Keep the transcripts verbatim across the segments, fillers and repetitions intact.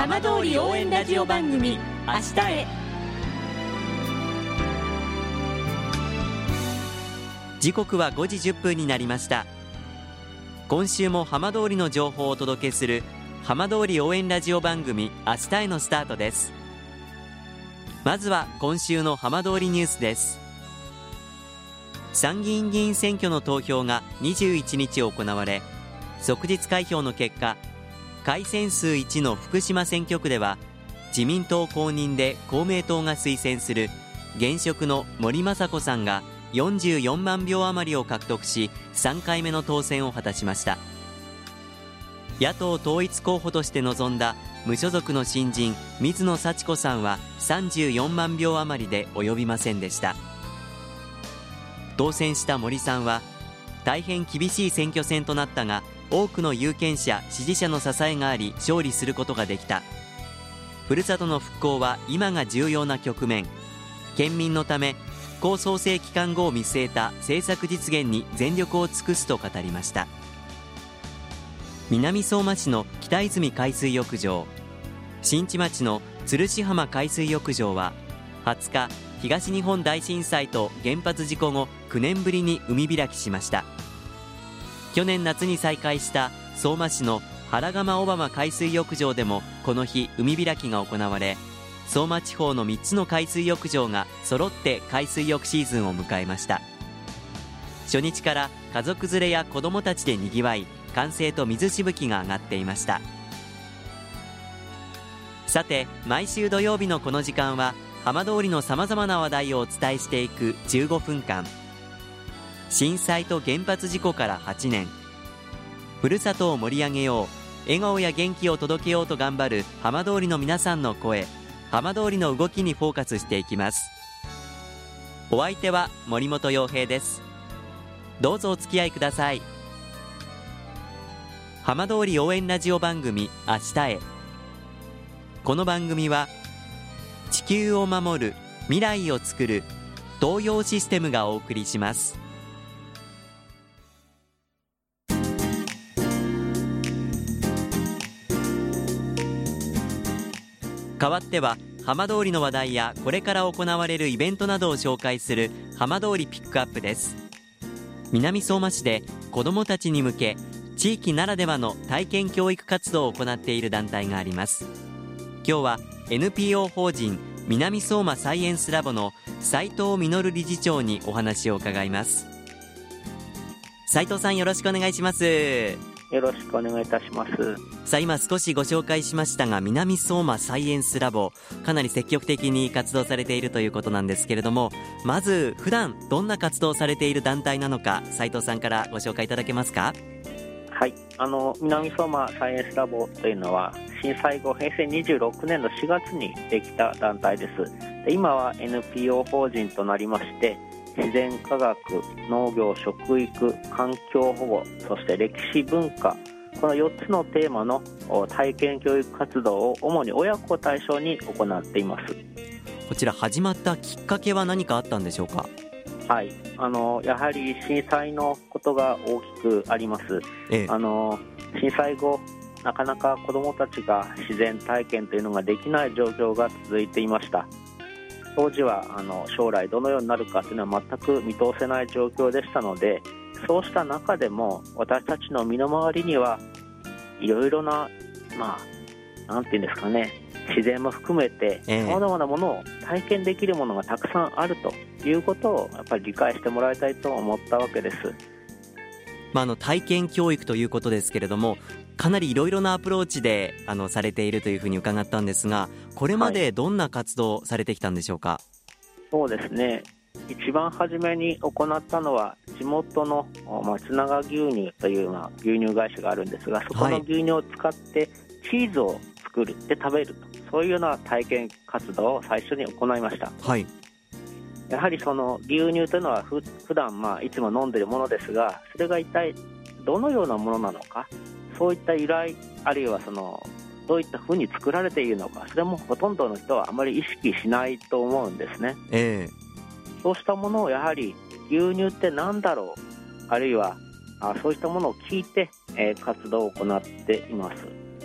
浜通り応援ラジオ番組明日へ。 時刻はごじじゅっぷんになりました。今週も浜通りの情報をお届けする浜通り応援ラジオ番組明日へのスタートです。まずは今週の浜通りニュースです。参議院議員選挙の投票がにじゅういちにち行われ、即日開票の結果、改選数いちの福島選挙区では自民党公認で公明党が推薦する現職の森雅子さんがよんじゅうよんまんひょう余りを獲得し、さんかいめの当選を果たしました。野党統一候補として臨んだ無所属の新人水野幸子さんはさんじゅうよんまんひょう余りで及びませんでした。当選した森さんは、大変厳しい選挙戦となったが多くの有権者支持者の支えがあり勝利することができた。ふるさとの復興は今が重要な局面。県民のため復興創生期間後を見据えた政策実現に全力を尽くすと語りました。南相馬市の北泉海水浴場、新地町の鶴子浜海水浴場ははつか、東日本大震災と原発事故後きゅうねんぶりに海開きしました。去年夏に再開した相馬市の原釜小浜海水浴場でもこの日海開きが行われ、相馬地方のみっつの海水浴場が揃って海水浴シーズンを迎えました。初日から家族連れや子どもたちでにぎわい、歓声と水しぶきが上がっていました。さて、毎週土曜日のこの時間は浜通りのさまざまな話題をお伝えしていくじゅうごふんかん。震災と原発事故からはちねん、ふるさとを盛り上げよう、笑顔や元気を届けようと頑張る浜通りの皆さんの声、浜通りの動きにフォーカスしていきます。お相手は森本洋平です。どうぞお付き合いください。浜通り応援ラジオ番組明日へ。この番組は地球を守る、未来をつくる東洋システムがお送りします。代わっては浜通りの話題やこれから行われるイベントなどを紹介する浜通りピックアップです。南相馬市で子どもたちに向け地域ならではの体験教育活動を行っている団体があります。今日は エヌピーオー 法人南相馬サイエンスラボの斉藤実理事長にお話を伺います。斉藤さん、よろしくお願いします。 よろしくお願いいたします。 さあ、今少しご紹介しましたが、南相馬サイエンスラボ、かなり積極的に活動されているということなんですけれども、まず普段どんな活動をされている団体なのか、斉藤さんからご紹介いただけますか？ はい、あの南相馬サイエンスラボというのは震災後へいせいにじゅうろくねんのしがつにできた団体です。で、今は エヌピーオー 法人となりまして、自然科学、農業、食育、環境保護、そして歴史文化、このよっつのテーマの体験教育活動を主に親子を対象に行っています。 こちら始まったきっかけは何かあったんでしょうか？ はい、あのやはり震災のことが大きくあります。ええ、あの震災後なかなか子どもたちが自然体験というのができない状況が続いていました。当時はあの将来どのようになるかというのは全く見通せない状況でしたので、そうした中でも私たちの身の回りにはいろいろな、まあ、なんていうんですかね、自然も含めてさまざまなものを体験できるものがたくさんあるということをやっぱり理解してもらいたいと思ったわけです。 まあ、あの体験教育ということですけれども、かなりいろいろなアプローチであのされているというふうに伺ったんですが、これまでどんな活動をされてきたんでしょうか？はい、 そうですね、一番初めに行ったのは地元の松永牛乳という、まあ、牛乳会社があるんですが、そこの牛乳を使ってチーズを作るで食べると、そういうような体験活動を最初に行いました。 はい、 やはりその牛乳というのはふ普段まあいつも飲んでいるものですが、それが一体どのようなものなのか、そういった由来、あるいはそのどういった風に作られているのか、それもほとんどの人はあまり意識しないと思うんですね。 えー、 そうしたものをやはり牛乳って何だろう、あるいはあそういったものを聞いて、えー、活動を行っています。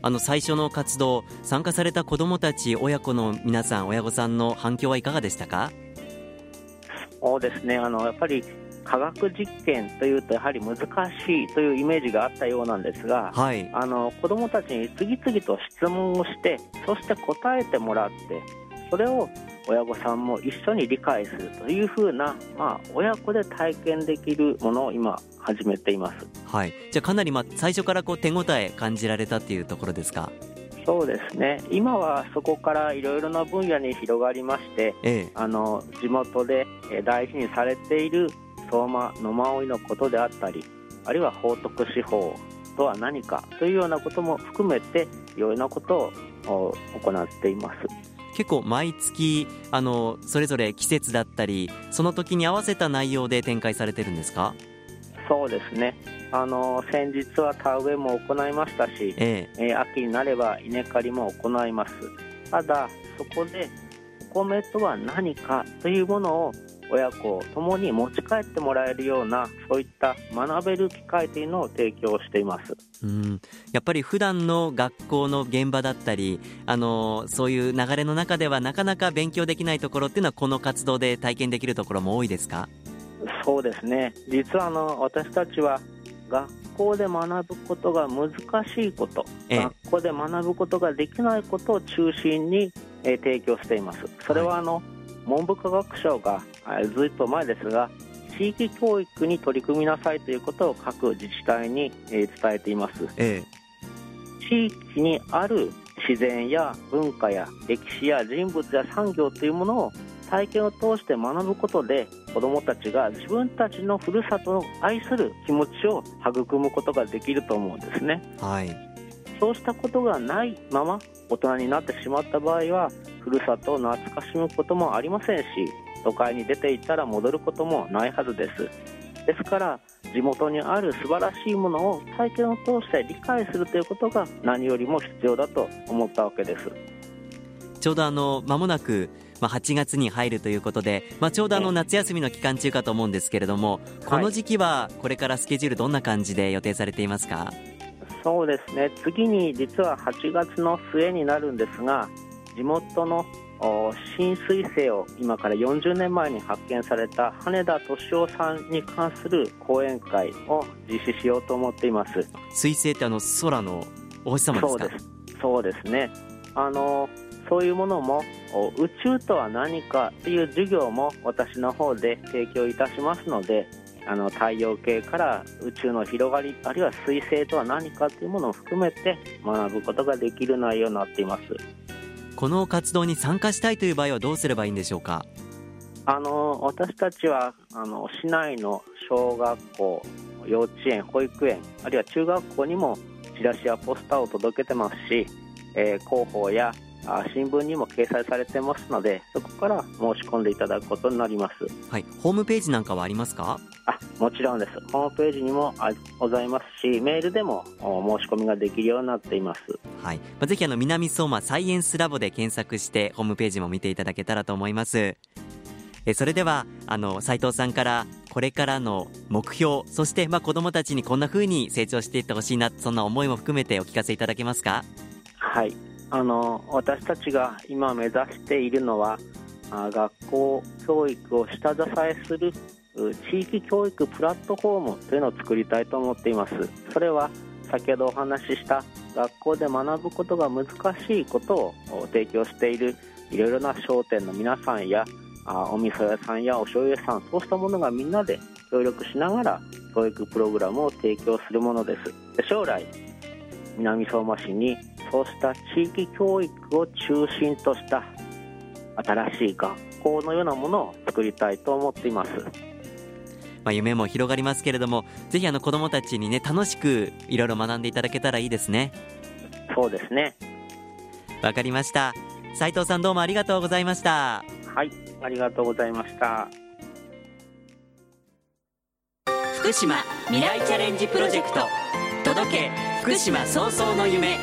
あの最初の活動参加された子どもたち、親子の皆さん、親御さんの反響はいかがでしたか？ そうですね、あのやっぱり科学実験というとやはり難しいというイメージがあったようなんですが、はい、あの子どもたちに次々と質問をして、そして答えてもらって、それを親御さんも一緒に理解するというふうな、まあ、親子で体験できるものを今始めています。 はい、じゃあかなり、まあ、最初からこう手応え感じられたというところですか？ そうですね、今はそこからいろいろな分野に広がりまして、ええ、あの地元で大事にされている相馬野馬追のことであったり、あるいは報徳司法とは何かというようなことも含めていろいろなことを行っています。 結構毎月あのそれぞれ季節だったりその時に合わせた内容で展開されてるんですか？ そうですね、あの先日は田植えも行いましたし、えええー、秋になれば稲刈りも行います。ただそこでお米とは何かというものを親子ともに持ち帰ってもらえるような、そういった学べる機会というのを提供しています。 うん、やっぱり普段の学校の現場だったり、あのそういう流れの中ではなかなか勉強できないところっていうのはこの活動で体験できるところも多いですか？ そうですね、実はあの私たちは学校で学ぶことが難しいこと、ええ、学校で学ぶことができないことを中心に、えー、提供しています。それはあの、はい、文部科学省がずっと前ですが、地域教育に取り組みなさいということを各自治体に伝えています、ええ、地域にある自然や文化や歴史や人物や産業というものを体験を通して学ぶことで、子どもたちが自分たちのふるさとを愛する気持ちを育むことができると思うんですね、はい、そうしたことがないまま大人になってしまった場合は、ふるさとを懐かしむこともありませんし、都会に出ていったら戻ることもないはずです。ですから地元にある素晴らしいものを体験を通して理解するということが何よりも必要だと思ったわけです。 ちょうどあの間もなく、まあ、はちがつに入るということで、まあ、ちょうどあの夏休みの期間中かと思うんですけれども、この時期はこれからスケジュールどんな感じで予定されていますか？ そうですね、次に実ははちがつの末になるんですが、地元の新彗星を今からよんじゅうねんまえに発見された羽田俊夫さんに関する講演会を実施しようと思っています。 彗星ってあの空のお星様ですか？ そうです、そうですね、あのそういうものも宇宙とは何かという授業も私の方で提供いたしますので、あの太陽系から宇宙の広がり、あるいは彗星とは何かというものを含めて学ぶことができる内容になっています。 この活動に参加したいという場合はどうすればいいんでしょうか？ あの私たちはあの市内の小学校、幼稚園、保育園、あるいは中学校にもチラシやポスターを届けてますし、えー、広報やあ新聞にも掲載されてますので、そこから申し込んでいただくことになります。 はい、ホームページなんかはありますか？ あ、もちろんです。ホームページにもございますし、メールでも申し込みができるようになっています。 はい、まあ、ぜひあの南相馬サイエンスラボで検索してホームページも見ていただけたらと思います。えそれではあの斉藤さんからこれからの目標、そしてまあ子どもたちにこんな風に成長していってほしいな、そんな思いも含めてお聞かせいただけますか？ はい、あの私たちが今目指しているのは、あ学校教育を下支えする地域教育プラットフォームというのを作りたいと思っています。それは先ほどお話しした学校で学ぶことが難しいことを提供しているいろいろな商店の皆さんやあお味噌屋さんやお醤油屋さん、そうしたものがみんなで協力しながら教育プログラムを提供するものです。で将来南相馬市にそうした地域教育を中心とした新しい学校のようなものを作りたいと思っています。 まあ、夢も広がりますけれども、ぜひあの子どもたちにね楽しくいろいろ学んでいただけたらいいですね。 そうですね。 わかりました。斉藤さん、どうもありがとうございました。 はい、ありがとうございました。 福島未来チャレンジプロジェクト、届け福島早々の夢。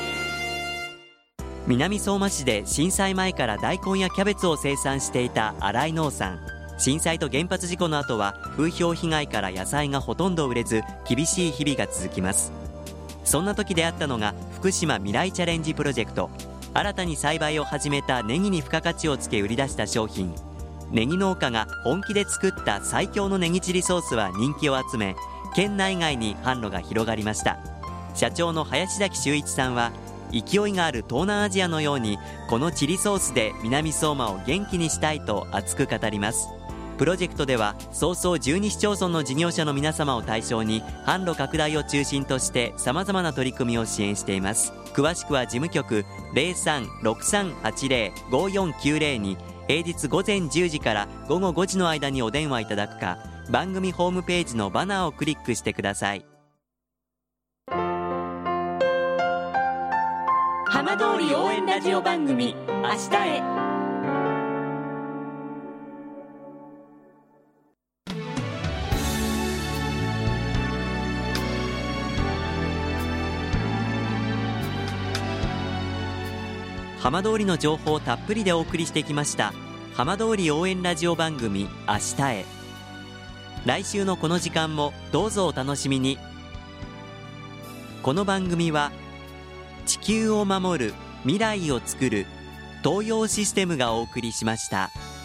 南相馬市で震災前から大根やキャベツを生産していた新井農産。震災と原発事故の後は風評被害から野菜がほとんど売れず厳しい日々が続きます。 そんな時出会ったのが福島未来チャレンジプロジェクト。新たに栽培を始めたネギに付加価値をつけ売り出した商品、ネギ農家が本気で作った最強のネギチリソースは人気を集め、県内外に販路が広がりました。社長の林崎修一さんは、勢いがある東南アジアのようにこのチリソースで南相馬を元気にしたいと熱く語ります。プロジェクトでは早々じゅうに市町村の事業者の皆様を対象に販路拡大を中心としてさまざまな取り組みを支援しています。詳しくは事務局 ゼロさんろくさんはちゼロ ごよんきゅうゼロ に平日午前じゅうじから午後ごじの間にお電話いただくか、番組ホームページのバナーをクリックしてください。 浜通り応援ラジオ番組明日へ。 浜通りの情報をたっぷりでお送りしてきました浜通り応援ラジオ番組明日へ。来週のこの時間もどうぞお楽しみに。この番組は地球を守る未来をつくる東洋システムがお送りしました。